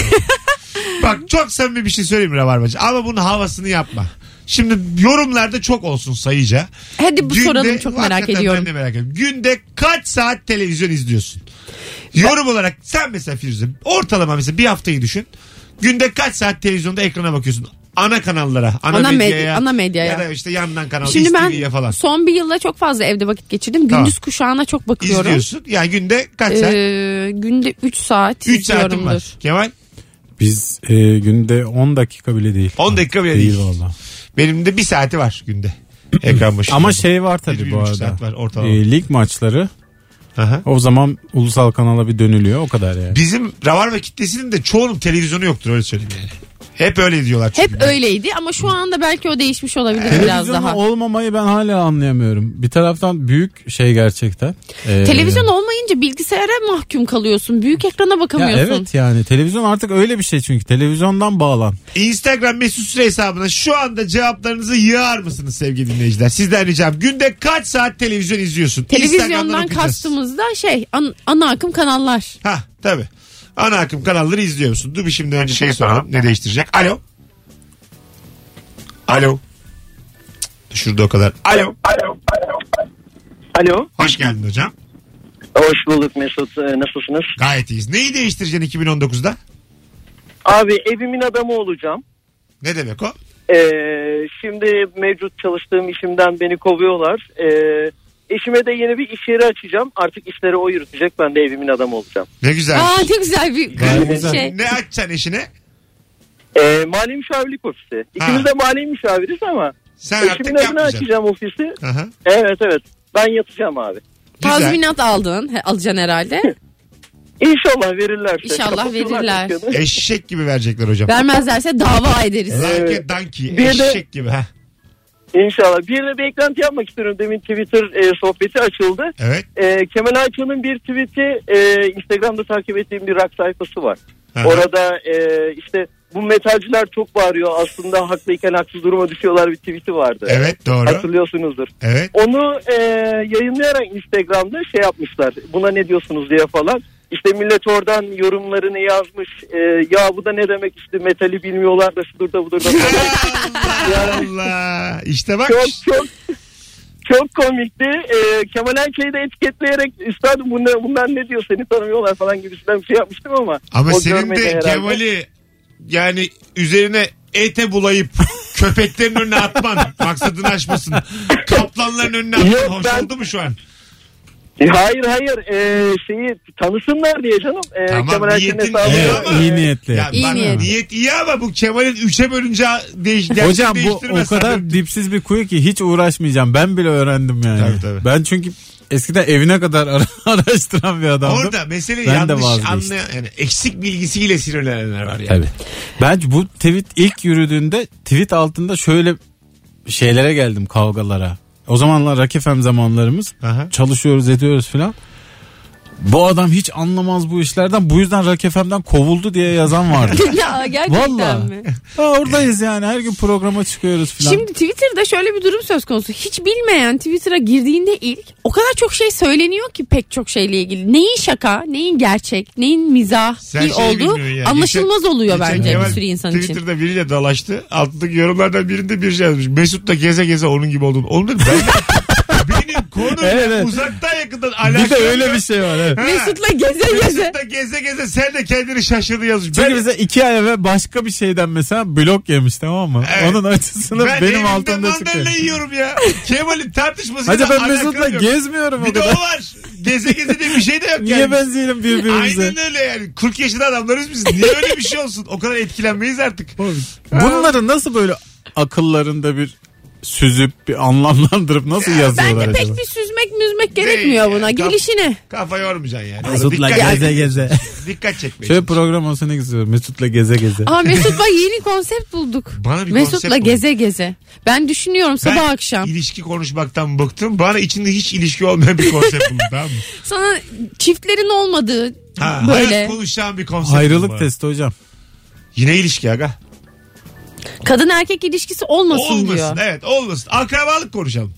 Bak çok samimi bir şey söyleyeyim Rabarbacı ama bunun havasını yapma. Şimdi yorumlarda çok olsun sayıca. Hadi bu Günde, soralım çok merak ediyorum. Ben de merak ediyorum. Günde kaç saat televizyon izliyorsun? Yorum ben... olarak sen mesela Firuze ortalama mesela bir haftayı düşün. Günde kaç saat televizyonda ekrana bakıyorsun? Ana kanallara, ana, ana medyaya, medya, ana medyaya ya da işte yandan kanal, Şimdi ben falan. Son bir yılda çok fazla evde vakit geçirdim. Gündüz tamam. kuşağına çok bakıyorum. İzliyorsun. Yani günde kaç saat? Ee, günde üç saat üç saatim var. Kemal? Biz e, günde on dakika bile değil. on dakika bile değil. Değil valla. Benim de bir saati var günde. Ekran başında. Ama şey var tabii bu arada. Var, e, lig maçları. Aha. O zaman ulusal kanala bir dönülüyor o kadar yani. Bizim Rabarba kitlesinin de çoğunun televizyonu yoktur öyle söyleyeyim yani. Hep öyle diyorlar çünkü. Hep öyleydi ama şu anda belki o değişmiş olabilir Televizyonu biraz daha. olmamayı ben hala anlayamıyorum. Bir taraftan büyük şey gerçekten. Ee... Televizyon olmayınca bilgisayara mahkum kalıyorsun. Büyük ekrana bakamıyorsun. Ya evet yani televizyon artık öyle bir şey çünkü televizyondan bağlan. Instagram Mesut Süre hesabına şu anda cevaplarınızı yığar mısınız sevgili dinleyiciler? Sizden ricam günde kaç saat televizyon izliyorsun? Televizyondan kastımızda şey an, ana akım kanallar. Ha tabii. Ana akım kanalları izliyor musun? Dur bir şimdi önce şeyi soralım. Ne değiştirecek? Alo. Alo. Şurada o kadar. Alo. Alo. Alo. Hoş geldin hocam. Hoş bulduk Mesut. Nasılsınız? Gayet iyiyiz. Neyi değiştireceksin iki bin on dokuzda? Abi evimin adamı olacağım. Ne demek o? Ee, şimdi mevcut çalıştığım işimden beni kovuyorlar. Ee, Eşime de yeni bir iş yeri açacağım. Artık işleri o yürütecek. Ben de evimin adamı olacağım. Ne güzel. Aa ne güzel bir güzel. şey. Ne açacaksın eşine? Ee, mali müşavirlik ofisi. İkimiz de mali müşaviriz ama sen eşimin adına açacağım ofisi. Aha. Evet evet. Ben yatacağım abi. Güzel. Tazminat aldın. He, alacaksın herhalde. İnşallah verirlerse. İnşallah verirler. Eşek gibi verecekler hocam. Vermezlerse dava ederiz. Evet. Danki. Eşek de... gibi. ha. İnşallah. Bir de bir eklenti yapmak istiyorum. Demin Twitter e, sohbeti açıldı. Evet. E, Kemal Ayça'nın bir tweet'i e, Instagram'da takip ettiğim bir rock sayfası var. Aha. Orada e, işte bu metalciler çok bağırıyor. Aslında haklıyken haksız duruma düşüyorlar bir tweet'i vardı. Evet doğru. Hatırlıyorsunuzdur. Evet. Onu e, yayınlayarak Instagram'da şey yapmışlar. Buna ne diyorsunuz diye falan. İşte millet oradan yorumlarını yazmış. Ee, ya bu da ne demek işte metali bilmiyorlar da şudur da budur da. Allah Allah. İşte bak. Çok çok çok komikti. Ee, Kemal Ayça'yı da etiketleyerek üstadım bunlar, bunlar ne diyor seni tanımıyorlar falan gibisinden bir şey yapmıştım ama. Ama senin de Kemal'i yani üzerine ete bulayıp köpeklerin önüne atman maksadını aşmasın. Kaplanların önüne atman Yok, hoş ben... oldu mu şu an? Hayır hayır ee, şeyi tanısınlar diye canım. Ee, tamam Kemal niyetin iyi evet, ama. İyi niyetli. Ya, iyi bak, niyet. Niyet iyi ama bu Kemal'in üçe bölünce değiş, hocam bu o kadar tabii. Dipsiz bir kuyu ki hiç uğraşmayacağım. Ben bile öğrendim yani. Tabii, tabii. Ben çünkü eskiden evine kadar araştıran bir adamdım. Orada mesele ben yanlış anlayan yani eksik bilgisiyle sinirlenenler var yani. Tabii. Ben bu tweet ilk yürüdüğünde tweet altında şöyle şeylere geldim, kavgalara. O zamanlar Rock F M zamanlarımız. Aha. Çalışıyoruz ediyoruz filan. Bu adam hiç anlamaz bu işlerden. Bu yüzden Rock F M'den kovuldu diye yazan vardı. Ya gerçekten Vallahi. mi? Ha, oradayız yani. Her gün programa çıkıyoruz filan. Şimdi Twitter'da şöyle bir durum söz konusu. Hiç bilmeyen Twitter'a girdiğinde ilk o kadar çok şey söyleniyor ki pek çok şeyle ilgili. Neyin şaka, neyin gerçek, neyin mizahi olduğu yani. Anlaşılmaz geçen, oluyor geçen bence bir sürü insan Twitter'da için. Twitter'da biriyle dalaştı. Altındaki yorumlardan birinde bir şey yazmış. Mesut da geze geze onun gibi oldum. Oğlum dedim ben de... Benim konum evet, evet. uzaktan yakından alakalı. Bir de öyle bir şey var. Evet. Mesut'la geze geze. Mesut'la geze geze sen de kendini şaşırdı yazmış. Çünkü ben... mesela iki ay evvel başka bir şeyden mesela blok yemiş, tamam mı? Evet. Onun açısını ben benim altımda çıkıyor. Ben mandalina yiyorum ya. Kemal'in tartışmasıyla alakalı yok. Hacı ben Mesut'la gezmiyorum bir o kadar. Bir de o var. Geze geze diye bir şey de yok Niye yani. Niye benzeyelim birbirimize? Aynen öyle yani. kırk yaşında adamlarız biz. Niye öyle bir şey olsun? O kadar etkilenmeyiz artık. Bunları nasıl böyle akıllarında bir süzüp bir anlamlandırıp nasıl yazıyorlar Bence acaba? pek bir süzmek müzmek gerekmiyor Değil, buna. kaf, gelişine. Kafa yormayacaksın yani. Mesut'la geze geze. Dikkat çekmeye. Şöyle program olsa ne güzel. Mesut'la geze geze. Aa Mesut'la yeni konsept bulduk. Bana bir Mesut'la geze geze. Ben düşünüyorum sabah ben akşam. ilişki konuşmaktan bıktım. Bana içinde hiç ilişki olmayan bir konsept buldum, tamam mı? Sana çiftlerin olmadığı ha, böyle. Hayat konuşacağım bir konsept. Ayrılık testi hocam. Yine ilişki aga. Kadın erkek ilişkisi olmasın, olmasın diyor. Evet olmasın. Akrabalık konuşalım.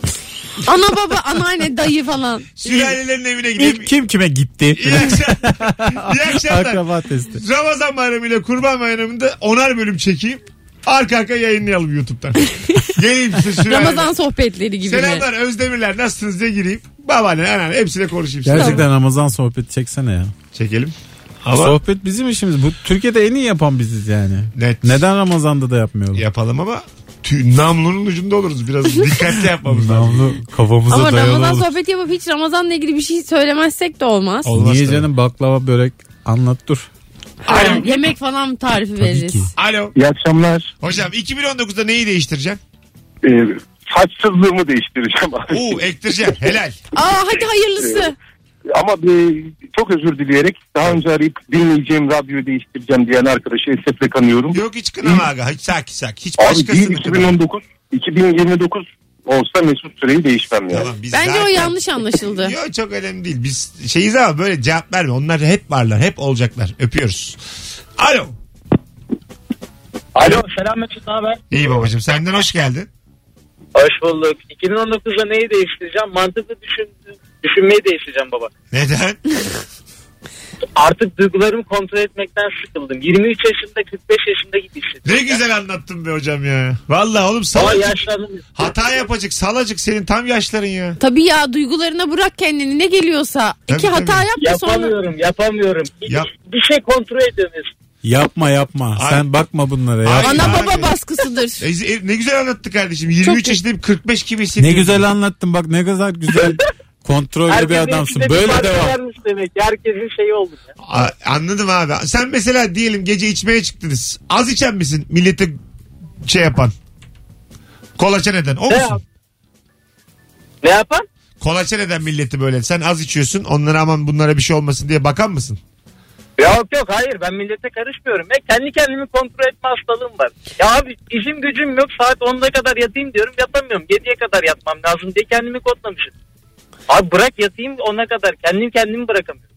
Ana baba, anneanne, dayı falan. Sülalelerin evine gidelim. İlk kim kime gitti? İyi akşamlar. İyi akşamlar. Akraba testi. Ramazan bayramı ile Kurban bayramında onar bölüm çekeyim. Arka arka yayınlayalım YouTube'dan. Geleyim size sülaleler. Ramazan sohbetleri gibi. Selamlar mi? Özdemirler, nasılsınız diye gireyim. Babaanne, anneanne hepsiyle konuşayım. Gerçekten tamam. Ramazan sohbeti çeksene ya. Çekelim. Ama sohbet bizim işimiz. Bu Türkiye'de en iyi yapan biziz yani. Net. Neden Ramazan'da da yapmıyoruz? Yapalım ama tü, namlunun ucunda oluruz. Biraz dikkatli yapmamız lazım. Namlu kafamıza ama dayalı Ramazan olur. sohbeti yapıp hiç Ramazan'la ilgili bir şey söylemezsek de olmaz. olmaz Niye tabii. canım, baklava, börek anlat dur. Alo. Yemek falan tarifi veririz. Alo. İyi akşamlar. Hocam iki bin on dokuzda neyi değiştireceksin? Ee, saçsızlığımı değiştireceğim abi. Oo, ektireceksin. Helal. Aa hadi hayırlısı. Ama e, çok özür dileyerek daha önce arayıp dinleyeceğim radyoyu değiştireceğim diyen arkadaşı esefle kanıyorum. Yok hiç kınama aga. Hiç sakin sakin. Hiç abi başkasını değil iki bin on dokuz iki bin yirmi dokuz olsa Mesut Süreyi değişmem yani. Tamam, bence zaten... o yanlış anlaşıldı. Yok çok önemli değil. Biz şeyiz ama böyle cevap verme. Onlar hep varlar. Hep olacaklar. Öpüyoruz. Alo. Alo selam Mesut, ne haber? İyi babacığım, senden hoş geldin. Hoş bulduk. iki bin on dokuzda neyi değiştireceğim? Mantıklı düşün, düşünmeyi değiştireceğim baba. Neden? Artık duygularımı kontrol etmekten sıkıldım. yirmi üç yaşında kırk beş yaşında gibi hissediyorum. Ne güzel anlattın be hocam ya. Vallahi oğlum salacık. Hata yapacak salacık senin tam yaşların ya. Tabii ya, duygularına bırak kendini, ne geliyorsa. Tabii, İki hata tabii. yap da sonra. Yapamıyorum yapamıyorum. Yap. Bir şey kontrol edemiyorsun. Yapma yapma. Ay. Sen bakma bunlara. Ay. Yapma. Ana baba Abi. baskısıdır. E, ne güzel anlattı kardeşim. yirmi üç Çok yaşındayım, kırk beş gibi hissediyorum. Ne güzel anlattın bak, ne kadar güzel kontrollü bir Herkesin adamsın. içinde Böyle bir fark devam. varmış demek. Herkesin şeyi oldu ya. A, anladım abi. Sen mesela diyelim gece içmeye çıktınız. Az içen misin millete şey yapan? Kolaçan eden o Ne musun? yap- Ne yapan? Kolaçan eden milleti böyle. Sen az içiyorsun, onlara aman bunlara bir şey olmasın diye bakan mısın? Yok yok hayır, ben millete karışmıyorum. Ya kendi kendimi kontrol etme hastalığım var. Ya abi işim gücüm yok, saat onda kadar yatayım diyorum, yatamıyorum. yediye kadar yatmam lazım diye kendimi kodlamışım. Abi bırak yatayım ona kadar, kendim kendimi bırakamıyorum.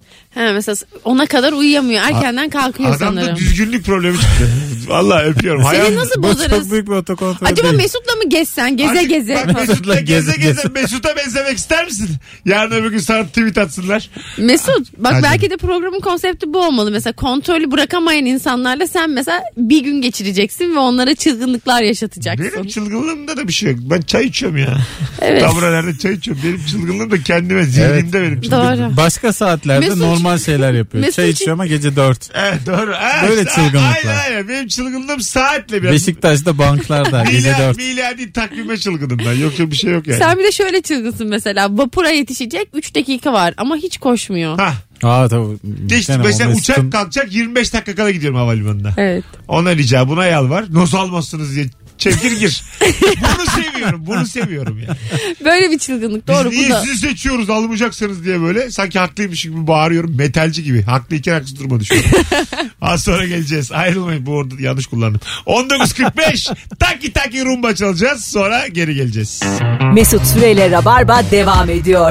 He, mesela ona kadar uyuyamıyor. Erkenden kalkıyor Adamda sanırım. Adamda düzgünlük problemi çıktı. Vallahi öpüyorum. Seni Hayal... nasıl Bu bozarız? çok büyük bir otokontrol Acaba değil. Mesut'la mı gezsen? Geze Azıcık geze. bak Mesut'la geze Geze geze. geze. Mesut'a benzemek ister misin? Yarın öbür gün sana tweet atsınlar. Mesut bak Hadi. belki de programın konsepti bu olmalı. Mesela kontrolü bırakamayan insanlarla sen mesela bir gün geçireceksin ve onlara çılgınlıklar yaşatacaksın. Benim çılgınlığımda da bir şey yok. Ben çay içiyorum ya. Evet. Tavranelerde çay içiyorum. Benim çılgınlığım da kendime zihnimde benim çılgınlığım. Doğru. Başka saatlerde Mesut- normal şeyler yapıyor. Mesut- Çay içiyor ama gece dört. Evet doğru. Ha, Böyle işte, çılgınlıklar. Aynen aynen. Benim çılgınlığım saatle biraz. Beşiktaş'ta banklarda gece Miladi, dört. miladi takvime çılgınım ben. Yoksa bir şey yok yani. Sen bir de şöyle çılgınsın mesela. Vapura yetişecek üç dakika var ama hiç koşmuyor. Ha. Aa tabii. Geç, Yani mesela o uçak Mesut'un- kalkacak yirmi beş dakika kala gidiyorum havalimanına. Evet. Ona rica buna yalvar. Nasıl almazsınız diye çekir gir. Bunu seviyorum. Bunu seviyorum yani. Böyle bir çılgınlık. Doğru Biz bu niye da. sizi seçiyoruz almayacaksınız diye böyle. Sanki haklıymış gibi bağırıyorum. Metalci gibi. Haklıyken haksız duruma düşüyorum. Az sonra geleceğiz. Ayrılmayın, bu orada yanlış kullandım. on dokuz kırk beş Taki Taki Rumba çalacağız. Sonra geri geleceğiz. Mesut Süreyle Rabarba devam ediyor.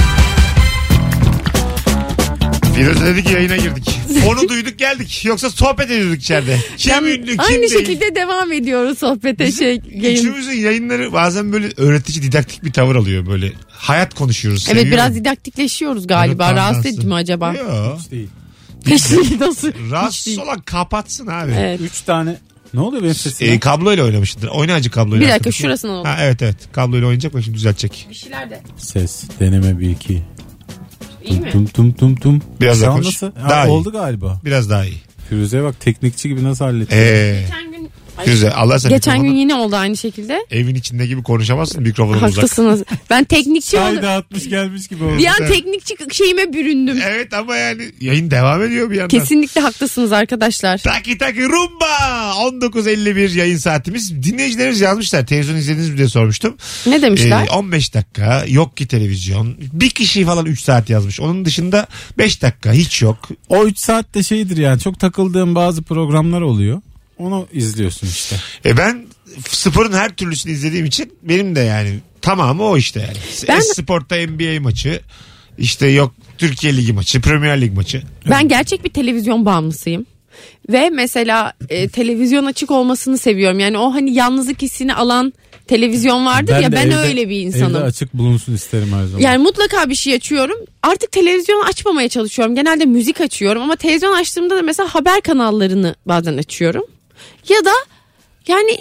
Firuze dedik yayına girdik. Onu duyduk geldik. Yoksa sohbet ediyorduk içeride. Kim Yani ünlü kim aynı değil. şekilde devam ediyoruz sohbete şey yayın. Üçümüzün yayınları bazen böyle öğretici didaktik bir tavır alıyor böyle. Hayat konuşuyoruz. Evet seviyorum. biraz didaktikleşiyoruz galiba. Evet, Rahatsız anlarsın. edici mi acaba? Yok. Hiç değil. Hiç değil, nasıl? Hiç Rahatsız değil. olan kapatsın abi. Evet. Üç tane. Ne oluyor benim sesim? E, kabloyla oynamıştır. Oyna acı kabloyla. Bir dakika arkadaşım. şurasına oldu. Ha, evet evet. Kabloyla oynayacak mı şimdi düzeltecek. Bir şeyler de. Ses. Deneme bir iki. İyi mi? Tum tum tum tum. Biraz Şu daha an konuş. nasıl? Ha, Daha iyi. oldu galiba. Biraz daha iyi. Firuze'ye bak teknikçi gibi nasıl halletti. Ee, Geçen gün Ay, Firuze Allah sen geçen gün mikrofonu yine oldu aynı şekilde. evin içinde gibi konuşamazsın mikrofonun uzak. Haklısınız. Ben teknikçi Çay oldum. dağıtmış gelmiş gibi oldu. Bir an Evet. teknikçi şeyime büründüm. Evet ama yani yayın devam ediyor bir yandan. Kesinlikle haklısınız arkadaşlar. Taki taki rumba on dokuz elli bir yayın saatimiz. Dinleyicilerimiz yazmışlar. Televizyon izlediniz mi diye sormuştum. Ne demişler? Ee, on beş dakika yok ki televizyon. Bir kişi falan üç saat yazmış. Onun dışında beş dakika hiç yok. O üç saatte şeydir yani çok takıldığım bazı programlar oluyor. Onu izliyorsun işte. E ben sporun her türlüsünü izlediğim için benim de yani tamamı o işte yani. Ben- Spor'ta N B A maçı, işte yok Türkiye Ligi maçı, Premier Lig maçı. Ben gerçek bir televizyon bağımlısıyım. Ve mesela e, televizyon açık olmasını seviyorum. Yani o hani yalnızlık hissini alan televizyon vardır ya de ben evde- öyle bir insanım. Evde açık bulunsun isterim her zaman. Yani mutlaka bir şey açıyorum. Artık televizyon açmamaya çalışıyorum. Genelde müzik açıyorum ama televizyon açtığımda da mesela haber kanallarını bazen açıyorum. Ya da yani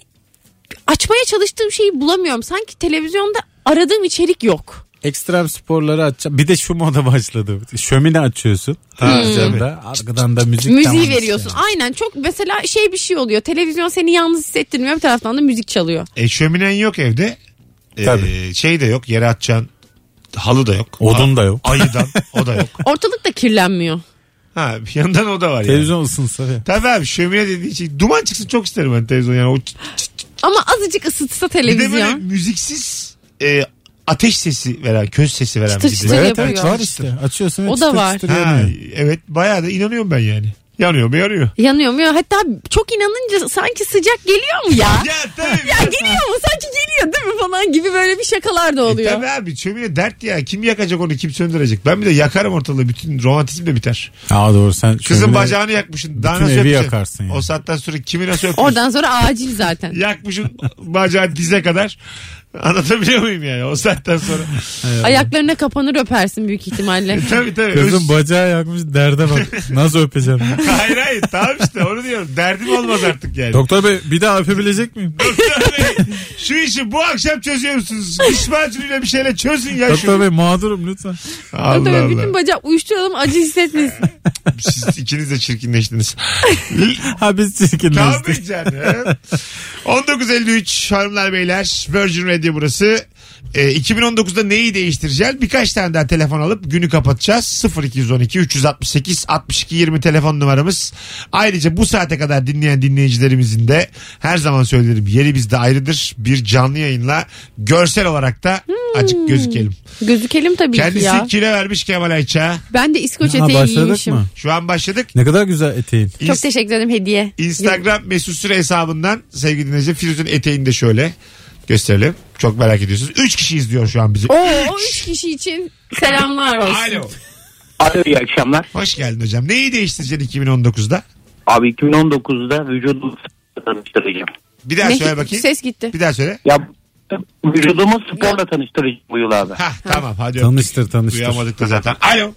açmaya çalıştığım şeyi bulamıyorum. Sanki televizyonda aradığım içerik yok. Ekstrem sporları açacağım. Bir de şu moda başladı. Şömine açıyorsun. Televizyonda. Arkadan da müzik. Müziği tamam veriyorsun. işte. Aynen çok mesela şey bir şey oluyor. Televizyon seni yalnız hissettirmiyor. Bir taraftan da müzik çalıyor. E şöminen yok evde. E, Tabii. şey de yok, yere atacağın halı da yok. Odun da yok. Ayıdan o da yok. Ortalık da kirlenmiyor. Ha bir yandan o da var yani. Televizyon ısınsa. ya. Tabii abi şömine dediği şey duman çıksın çok isterim ben televizyon yani. O çıt çıt çıt. Ama azıcık ısıtsa Bir de böyle televizyon. müziksiz e, ateş sesi veren, köz sesi veren Çıtır bir çıtır de. Evet, yapıyor. evet var işte. Açıyorsun ve O da çıtır var. çıtır Ha, yanıyor. evet bayağı da inanıyorum ben yani. Yanıyor mu yanıyor. Yanıyor mu? Hatta çok inanınca sanki sıcak geliyor mu ya? Ya tabii. Ya geliyor mu? Sanki geliyor değil mi falan gibi böyle bir şakalar da E, oluyor. tabii abi şömine dert ya. Kim yakacak onu, kim söndürecek? Ben bir de yakarım ortalığı. Bütün romantizm de biter. Aa doğru sen. Kızın şömine- bacağını yakmışsın. Daha bütün nasıl evi öpeceksin? yakarsın yani. O saatten sonra kimi nasıl öpeceksin? Oradan sonra acil zaten. Yakmışsın bacağı dize kadar. Anlatabiliyor muyum yani o saatten sonra? Ayaklarına kapanır öpersin büyük ihtimalle. tabii tabii. Kızın Öz- bacağı yakmış derde bak. Nasıl öpeceğim? hayır hayır tamam işte onu diyorum. Derdim olmaz artık yani. Doktor bey bir daha öpebilecek miyim? Doktor Bey şu işi bu akşam çözüyor musunuz? Diş macunuyla bir şeyle çözün ya Doktor şunu. bey mağdurum lütfen. Allah Tabii Allah. bütün bacak uyuşturalım acı hissetmesin. Siz ikiniz de çirkinleştiniz. Ha biz Tabii çirkinleştik. canım. on dokuz elli üç hanımlar beyler Virgin Radio burası. E, iki bin on dokuzda neyi değiştireceğiz? Birkaç tane daha telefon alıp günü kapatacağız. sıfır iki on iki üç altı sekiz altmış iki yirmi telefon numaramız. Ayrıca bu saate kadar dinleyen dinleyicilerimizin de her zaman söylerim yeri bizde ayrıdır. Bir canlı yayınla görsel olarak da açık gözükelim. Gözükelim tabii Kendisi ki ya. kilo vermiş Kemal Ayça. Ben de İskoç Ha, eteği başladık giymişim. mı? Şu an başladık. Ne kadar güzel eteğin. Çok İns- teşekkür ederim hediye. Instagram Mesut Süre hesabından sevgili dinleyiciler Firuze'nin eteğini de şöyle gösterelim. Çok merak ediyorsunuz. Üç kişi izliyor şu an bizi. Oo, o üç kişi için selamlar olsun. Alo. Alo, iyi akşamlar. Hoş geldin hocam. Neyi değiştireceksin iki bin on dokuzda? Abi iki bin on dokuzda vücudumu tanıştıracağım. Bir daha ne söyle bakayım. Ses gitti. Bir daha söyle. Ya vücudumu sporla tanıştıracağım bu yıl abi. Hah tamam hadi. Tanıştır tanıştır. Duyamadık da zaten. Alo.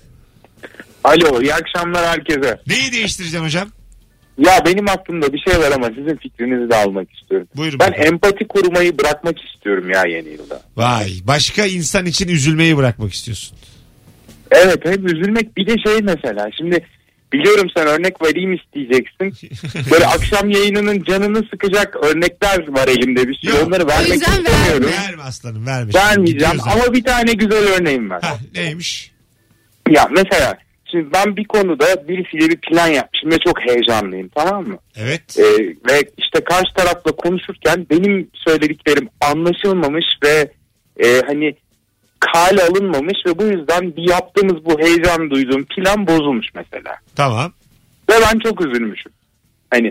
Alo, iyi akşamlar herkese. Neyi değiştireceksin hocam? Ya benim aklımda bir şey var ama sizin fikrinizi de almak istiyorum. Buyurun. Ben bakalım. empati kurmayı bırakmak istiyorum ya yeni yılda. Vay, başka insan için üzülmeyi bırakmak istiyorsun. Evet, hep üzülmek. Bir de şey mesela şimdi biliyorum sen örnek vereyim isteyeceksin. Böyle akşam yayınının canını sıkacak örnekler var elimde bir sürü. Yok, onları vermek istemiyorum. Verme. Verme aslanım verme. Vermeyeceğim ama bir tane güzel örneğim var. Hah, neymiş? Ya mesela şimdi ben bir konuda birisiyle bir plan yapmışım ve çok heyecanlıyım, tamam mı? Evet. Ee, ve işte karşı tarafla konuşurken benim söylediklerim anlaşılmamış ve e, hani kale alınmamış ve bu yüzden bir yaptığımız bu heyecan duyduğum plan bozulmuş mesela. Tamam. Ve ben çok üzülmüşüm. Hani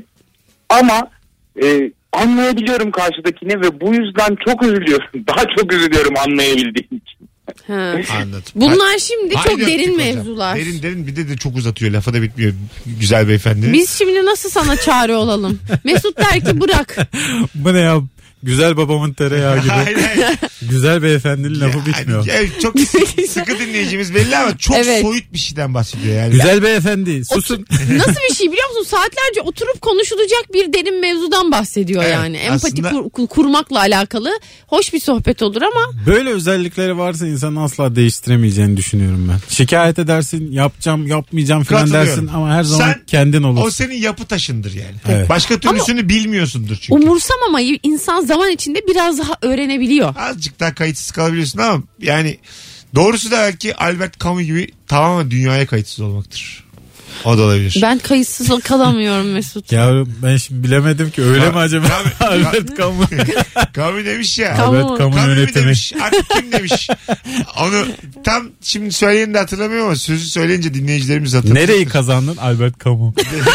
ama e, anlayabiliyorum karşıdakini ve bu yüzden çok üzülüyorum. Daha çok üzülüyorum anlayabildiğim için. Ha. Anladım. Bunlar şimdi Haydi çok derin öptük mevzular. Hocam. Derin derin bir de, de çok uzatıyor. Lafa da bitmiyor güzel beyefendi. Biz şimdi nasıl sana çare olalım? Mesut der ki bırak. Bu ne ya? Güzel babamın tereyağı gibi. Hayır, hayır. Güzel beyefendinin lafı Yani, bitmiyor. evet, çok sıkı, sıkı dinleyicimiz belli ama çok Evet. soyut bir şeyden bahsediyor yani. Güzel beyefendi susun. Nasıl bir şey biliyor musun? Saatlerce oturup konuşulacak bir derin mevzudan bahsediyor Evet, yani. Empati aslında- kur- kur- kurmakla alakalı hoş bir sohbet olur ama Böyle özellikleri varsa insanın asla değiştiremeyeceğini düşünüyorum ben. Şikayet edersin, yapacağım, yapmayacağım falan Katılıyorum. dersin ama her zaman Sen- kendin olursun. O senin yapı taşındır yani. Evet. Başka türlüsünü bilmiyorsundur çünkü. umursamamayı insan zaman içinde biraz daha öğrenebiliyor. Azıcık daha kayıtsız kalabiliyorsun ama yani doğrusu da belki Albert Camus gibi tamamen dünyaya kayıtsız olmaktır. O da olabilir. Ben kayıtsız kalamıyorum Mesut. Ya ben şimdi bilemedim ki öyle mi acaba? Tabii. Albert Camus. Camus demiş ya. Camus. Albert Camus Camus mu yönetimi. demiş? Artık kim demiş? Onu tam şimdi söyleyeni de hatırlamıyorum ama sözü söyleyince dinleyicilerimiz hatırlıyor. Nereyi kazandın Albert Camus?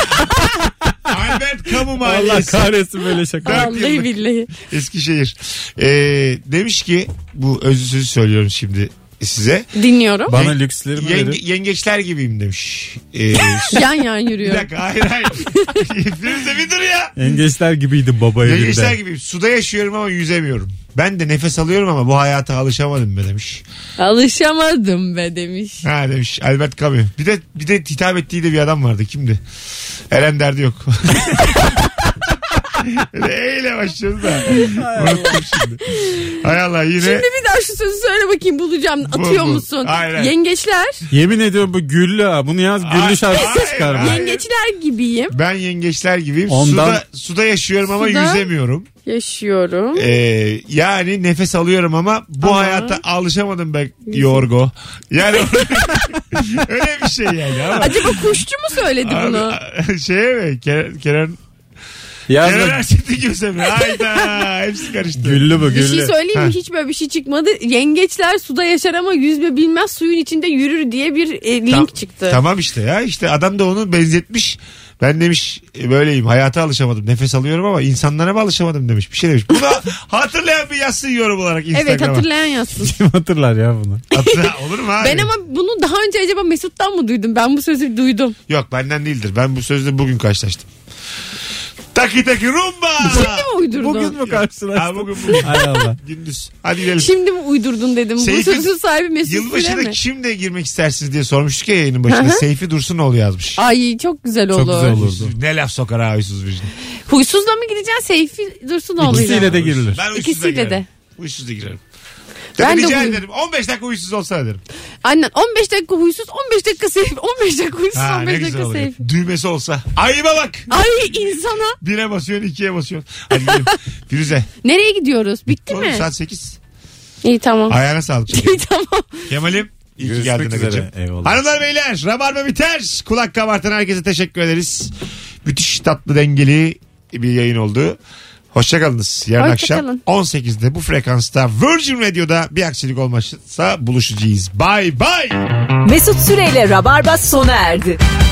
Albert Camus Allah mahallesi. kahretsin böyle şaka. Dört Vallahi yıllık billahi. Eskişehir. Ee, demiş ki bu özlü sözü söylüyorum şimdi size. Dinliyorum. Bana Yeng- lükslerimi Yenge, verin. yengeçler gibiyim demiş. Ee, Yan yan bir yürüyorum. dakika hayır hayır. Firuze bir dur ya. Yengeçler gibiydim baba Yengeçler evinde. gibiyim. Suda yaşıyorum ama yüzemiyorum. Ben de nefes alıyorum ama bu hayata alışamadım be demiş. Alışamadım be demiş. Ha demiş Albert Camus. Bir de bir de hitap ettiği de bir adam vardı. Kimdi? Eren derdi yok. Eyle başlıyoruz da. Unuttum şimdi. Hay Allah yine. Şimdi bir daha şu sözü söyle bakayım bulacağım. Bu, Atıyor bu. musun? Hayır, hayır. Yengeçler. Yemin ediyorum bu güllü ha. Bunu yaz Hayır, güllü şarkısı hayır, çıkar. hayır. Yengeçler gibiyim. Ben yengeçler gibiyim. Ondan- Suda, suda yaşıyorum ama Suda- yüzemiyorum. Yaşıyorum. Ee, yani nefes alıyorum ama bu Ama- hayata alışamadım ben Yorgo. Yani öyle bir şey yani ama. Acaba kuşçu mu söyledi bunu? Abi, şeye mi? Kerem, Kerem, Yaz Kerem bak, Erçetin Göze mi? Hayda hepsi karıştı. güllü bu Bir güllü. şey söyleyeyim mi? Ha. Hiç böyle bir şey çıkmadı. Yengeçler suda yaşar ama yüzme bilmez, suyun içinde yürür diye bir e, link Tam- çıktı. Tamam işte ya işte adam da onu benzetmiş. Ben demiş e, böyleyim hayata alışamadım nefes alıyorum ama insanlara mı alışamadım demiş bir şey demiş. Bunu hatırlayan bir yazsın yorum olarak Instagram'a. Evet hatırlayan yazsın. Kim hatırlar ya bunu? Hatırla, olur mu abi? Ben ama bunu daha önce acaba Mesut'tan mı duydum? Ben bu sözü duydum. Yok benden değildir ben bu sözle bugün karşılaştım. Taki taki rumba. Şimdi mi uydurdun? Bugün mü karşılaştın? Ha, bugün bugün. Hay Allah. Gündüz. Hadi gidelim. Şimdi mi uydurdun dedim. Bu Seyfi- sözün sahibi Mesut Süre Yılbaşına mi? kimle girmek istersiniz diye sormuştuk ya yayının başında. Hı hı. Seyfi Dursunoğlu yazmış. Ay çok güzel olur. Çok güzel olurdu. Ne laf sokar ha huysuz bir. Huysuzla mı gideceksin? Seyfi Dursunoğlu'yla. İkisiyle de girilir. Ben huysuz da İkisiyle girerim. de. Huysuz da girerim. Ben Ben de rica huy- ederim. on beş dakika huysuz olsa derim. Annen on beş dakika huysuz, on beş dakika Seyfi, on beş dakika huysuz, Ha, on ne beş güzel dakika olur. Seyfi. Düğmesi olsa. Ayıba bak. Ay insana. Bire basıyorsun ikiye basıyorsun. Hadi gidelim. Firuze. Nereye gidiyoruz? Bitti Oğlum, mi? saat sekiz. İyi tamam. Ayağına sağlık. İyi tamam. Kemal'im. İyi ki Görüşmek geldin üzere. Agacığım. Eyvallah. Hanımlar beyler Rabarba biter. Kulak kabartan herkese teşekkür ederiz. Müthiş tatlı dengeli bir yayın oldu. Hoşçakalınız. Yarın Hoşça akşam kalın. on sekizde bu frekansta Virgin Radio'da bir aksilik olmazsa buluşacağız. Bye bye. Mesut Süreyle Rabarba sona erdi.